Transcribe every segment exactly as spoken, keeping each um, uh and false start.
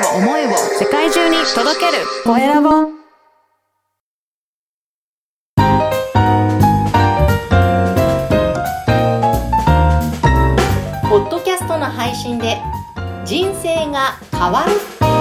を思いを世界中に届けるコエラボ。 ポッドキャストの配信で人生が変わる。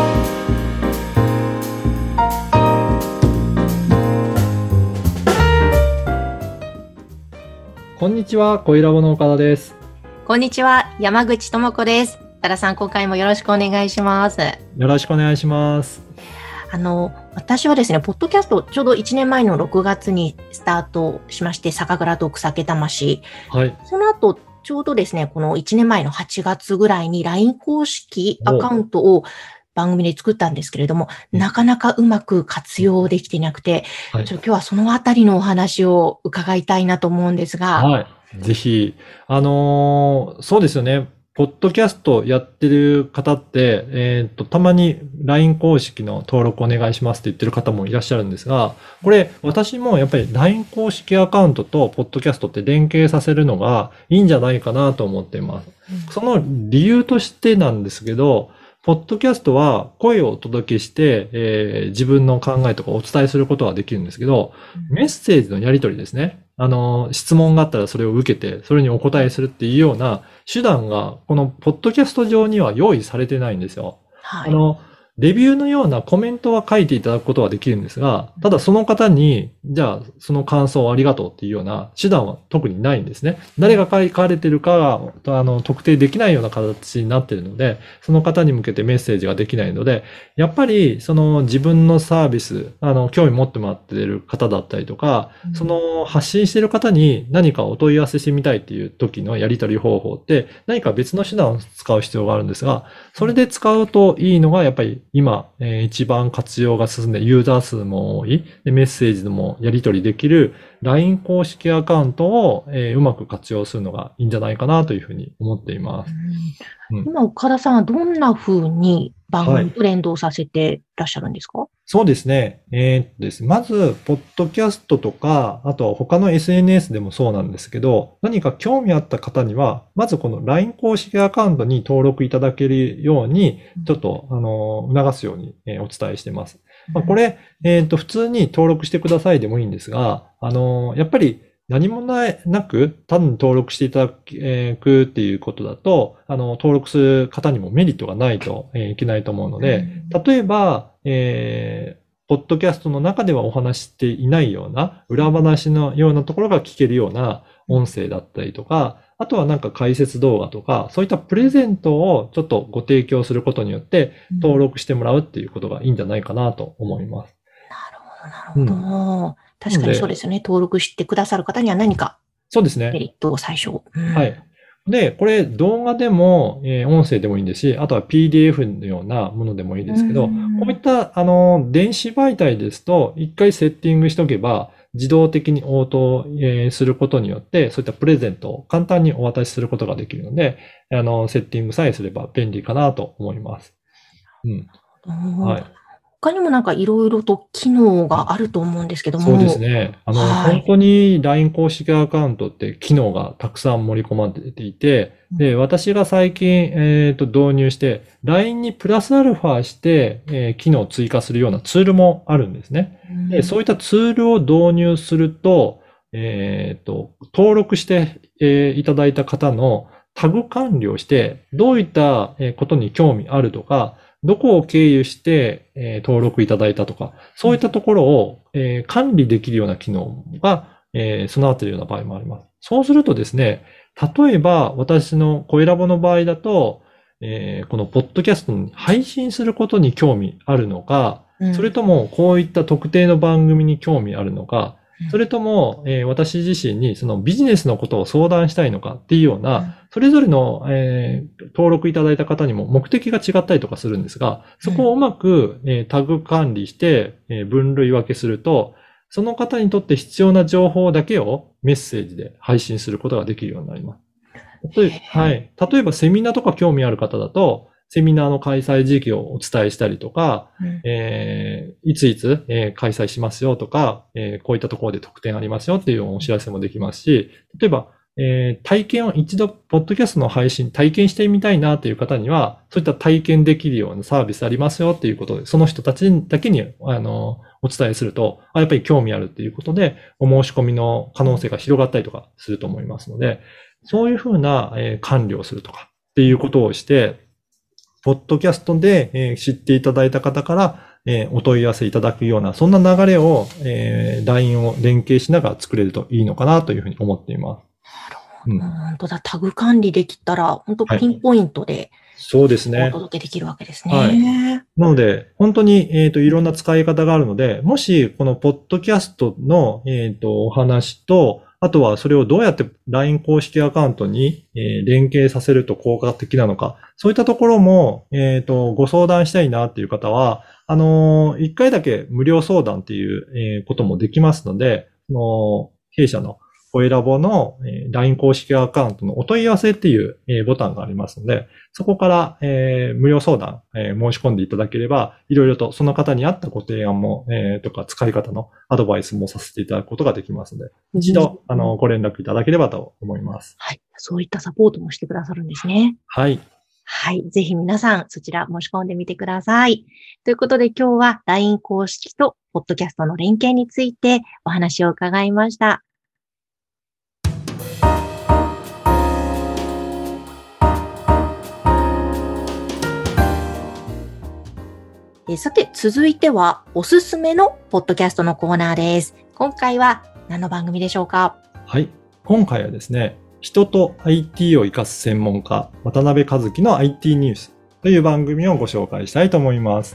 こんにちは、コエラボの岡田です。 こんにちは、山口智子です。岡田さん、今回もよろしくお願いします。 よろしくお願いします。 あの、私はですね、ポッドキャスト、ちょうどいちねんまえのろくがつにスタートしまして、酒蔵と草毛魂。 はい。 その後、ちょうどですね、このいちねんまえのはちがつぐらいに ライン 公式アカウントを番組で作ったんですけれども、なかなかうまく活用できていなくて、はい、ちょっと今日はそのあたりのお話を伺いたいなと思うんですが。 はい。ぜひ、あのー、そうですよね。ポッドキャストやってる方って、えっと、たまに ライン 公式の登録お願いしますって言ってる方もいらっしゃるんですが、これ、私もやっぱり ライン 公式アカウントとポッドキャストって連携させるのがいいんじゃないかなと思っています。うん、その理由としてなんですけど、ポッドキャストは声をお届けして、えー、自分の考えとかお伝えすることができるんですけど、メッセージのやり取りですね。あの、質問があったらそれを受けて、それにお答えするっていうような手段が、このポッドキャスト上には用意されてないんですよ。はい、あの、レビューのようなコメントは書いていただくことはできるんですが、ただその方に、じゃあその感想をありがとうっていうような手段は特にないんですね。誰が書かれてるかが、あの、特定できないような形になっているので、その方に向けてメッセージができないので、やっぱりその自分のサービス、あの、興味持ってもらっている方だったりとか、うん、その発信している方に何かお問い合わせしてみたいっていう時のやり取り方法って、何か別の手段を使う必要があるんですが、それで使うといいのがやっぱり今、えー、一番活用が進んでユーザー数も多い、でメッセージもやり取りできる ライン 公式アカウントを、えー、うまく活用するのがいいんじゃないかなというふうに思っています。 うんうん、今、岡田さんはどんな風に番組と連動させていらっしゃるんですか？はい、 そうですね。えー、っとですね。まず、ポッドキャストとか、あとは他の エスエヌエス でもそうなんですけど、何か興味あった方には、まずこの ライン 公式アカウントに登録いただけるように、ちょっと、あの、促すようにお伝えしてます。まあ、これ、えー、っと、普通に登録してくださいでもいいんですが、あの、やっぱり、何もなく、単に登録していただくっていうことだと、あの、登録する方にもメリットがないといけないと思うので、例えば、えー、ポッドキャストの中ではお話していないような、裏話のようなところが聞けるような音声だったりとか、あとはなんか解説動画とか、そういったプレゼントをちょっとご提供することによって、登録してもらうっていうことがいいんじゃないかなと思います。 なるほど、なるほど。うん、確かにそうですよね。登録してくださる方には何かそうですね。 メリットを最初。 うん、はい。で、これ動画でも、えー、音声でもいいんですし、あとは ピーディーエフ のようなものでもいいですけど、こういった、あの、電子媒体ですと、一回セッティングしておけば、自動的に応答、えー、することによって、そういったプレゼントを簡単にお渡しすることができるので、あの、セッティングさえすれば便利かなと思います。うん。はい。 他にもなんかいろいろと機能があると思うんですけども。 そうですね。あの、はい、本当に ライン 公式アカウントって機能がたくさん盛り込まれていて、で、私が最近、えっと、導入して、ライン にプラスアルファして、えー、機能を追加するようなツールもあるんですね。で、そういったツールを導入すると、えっと、登録して、えー、いただいた方のタグ管理をして、どういったことに興味あるとか、どこを経由して、えー、登録いただいたとか、そういったところを、えー、管理できるような機能が、えー、備わっているような場合もあります。そうするとですね、例えば私のコエラボの場合だと、えー、このポッドキャストに配信することに興味あるのか、うん、それともこういった特定の番組に興味あるのか、それとも、えー、私自身にそのビジネスのことを相談したいのかっていうような、それぞれの、えー、登録いただいた方にも目的が違ったりとかするんですが、そこをうまく、えー、タグ管理して、えー、分類分けすると、その方にとって必要な情報だけをメッセージで配信することができるようになります。例えば、はい。例えばセミナーとか興味ある方だと、セミナーの開催時期をお伝えしたりとか、うん、えー、いついつ、えー、開催しますよとか、えー、こういったところで特典ありますよっていうお知らせもできますし、例えばえー体験を一度、ポッドキャストの配信体験してみたいなという方には、そういった体験できるようなサービスありますよっていうことで、その人たちだけに、あの、お伝えすると、あやっぱり興味あるっていうことで、お申し込みの可能性が広がったりとかすると思いますので、そういうふうな、えー管理をするとかっていうことをして、ポッドキャストで、えー知っていただいた方から、えーお問い合わせいただくような、そんな流れを、えー ライン を連携しながら作れるといいのかなというふうに思っています。うん本当だ、タグ管理できたら、本当はいピンポイントでそうですおね。 届けできるわけですね。 はいなので、本当に、えっ、と、いろんな使い方があるので、もし、このポッドキャストの、えっ、と、お話と、あとはそれをどうやって ライン 公式アカウントに、えー連携させると効果的なのか、そういったところも、えっ、と、ご相談したいなっていう方は、あのー、一回だけ無料相談っていう、えーこともできますので、その、弊社の声ラボの、えー ライン 公式アカウントのお問い合わせっていう、えーボタンがありますので、そこから、えー無料相談、えー申し込んでいただければ、いろいろとその方に合ったご提案も、えーとか使い方のアドバイスもさせていただくことができますので、一度、あの、ご連絡いただければと思います。 はい。そういったサポートもしてくださるんですね。 はい。 はい。ぜひ皆さん、そちら申し込んでみてください。ということで今日は ライン 公式とポッドキャストの連携についてお話を伺いました。えーさて、続いてはおすすめのポッドキャストのコーナーです。今回は何の番組でしょうか？ はい。今回はですね、人と アイティー を生かす専門家、渡辺和樹の アイティー ニュースという番組をご紹介したいと思います。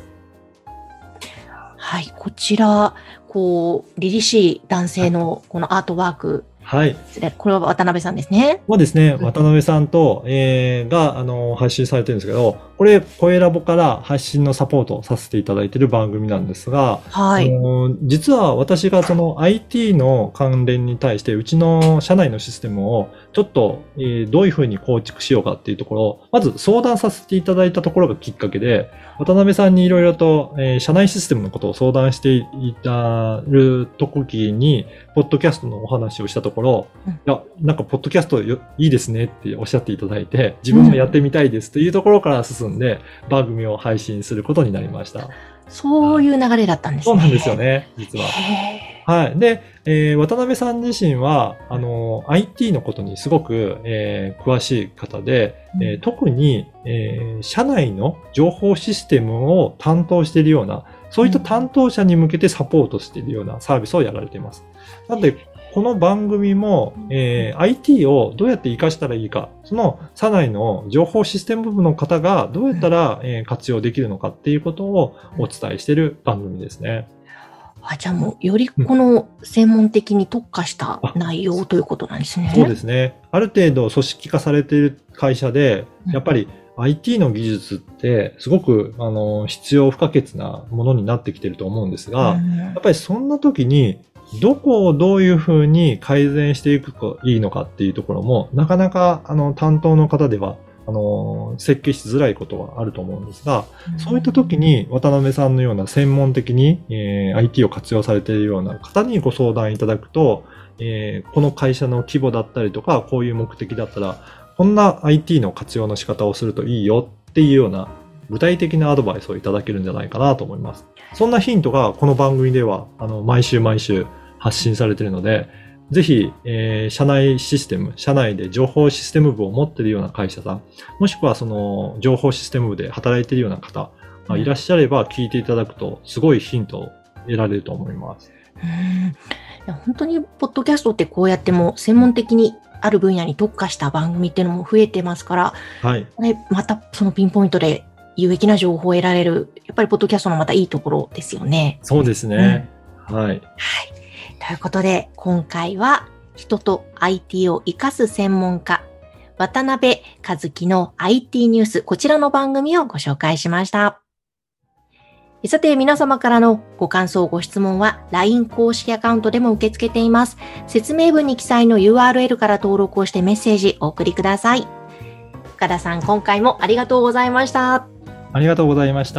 はい。こちら、こう、凛々しい男性のこのアートワークはい。 ですね。これは渡辺さんですね。 はですね、渡辺さんと、えー、が、あの、発信されてるんですけど、これ、声ラボから発信のサポートをさせていただいている番組なんですが、 はい。 あの実は私がその アイティー の関連に対して、うちの社内のシステムをちょっと、えーどういうふうに構築しようかっていうところを、まず相談させていただいたところがきっかけで、渡辺さんにいろいろと、えー社内システムのことを相談していたる時に、ポッドキャストのお話をしたところ、 うんいや、なんかポッドキャストよいいですねっておっしゃっていただいて、自分もやってみたいですというところから進んで、番組を配信することになりました。 そういう流れだったんですね。 そうなんですよね、実は。 へはい。で、えー渡辺さん自身は、あの、アイティー のことにすごく、えー詳しい方で、えー特に、えー社内の情報システムを担当しているような、そういった担当者に向けてサポートしているようなサービスをやられています。なので、この番組も、えー アイティー をどうやって活かしたらいいか、その社内の情報システム部の方がどうやったら、えー活用できるのかっていうことをお伝えしている番組ですね。 あ、じゃあもう、よりこの専門的に特化した内容ということなんですね。 そうですね。ある程度組織化されている会社で、 うんやっぱり アイティー の技術ってすごくあの必要不可欠なものになってきていると思うんですが、 うんやっぱりそんな時にどこをどういうふうに改善していくといいのかっていうところも、なかなかあの担当の方ではあの設計しづらいことはあると思うんですが、そういった時に渡辺さんのような専門的に、えー アイティー を活用されているような方にご相談いただくと、えーこの会社の規模だったりとか、こういう目的だったら、こんな アイティー の活用の仕方をするといいよっていうような具体的なアドバイスをいただけるんじゃないかなと思います。そんなヒントがこの番組ではあの毎週毎週発信されているので、ぜひ、えー社内システム、社内で情報システム部を持っているような会社さん、もしくはその情報システム部で働いているような方がいらっしゃれば聞いていただくと、すごいヒントを得られると思います。 うんいや本当に、ポッドキャストってこうやっても専門的にある分野に特化した番組っていうのも増えてますから、 はい。 これまたそのピンポイントで有益な情報を得られる、やっぱりポッドキャストのまたいいところですよね。 そうですね。はい。 はい。ということで、今回は人と アイティー を活かす専門家、渡辺和樹の アイティー ニュース、こちらの番組をご紹介しました。さて、皆様からのご感想、ご質問は ライン 公式アカウントでも受け付けています。説明文に記載の ユーアールエル から登録をしてメッセージお送りください。深田さん、今回もありがとうございました。 ありがとうございました。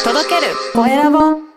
届けるコエラボ。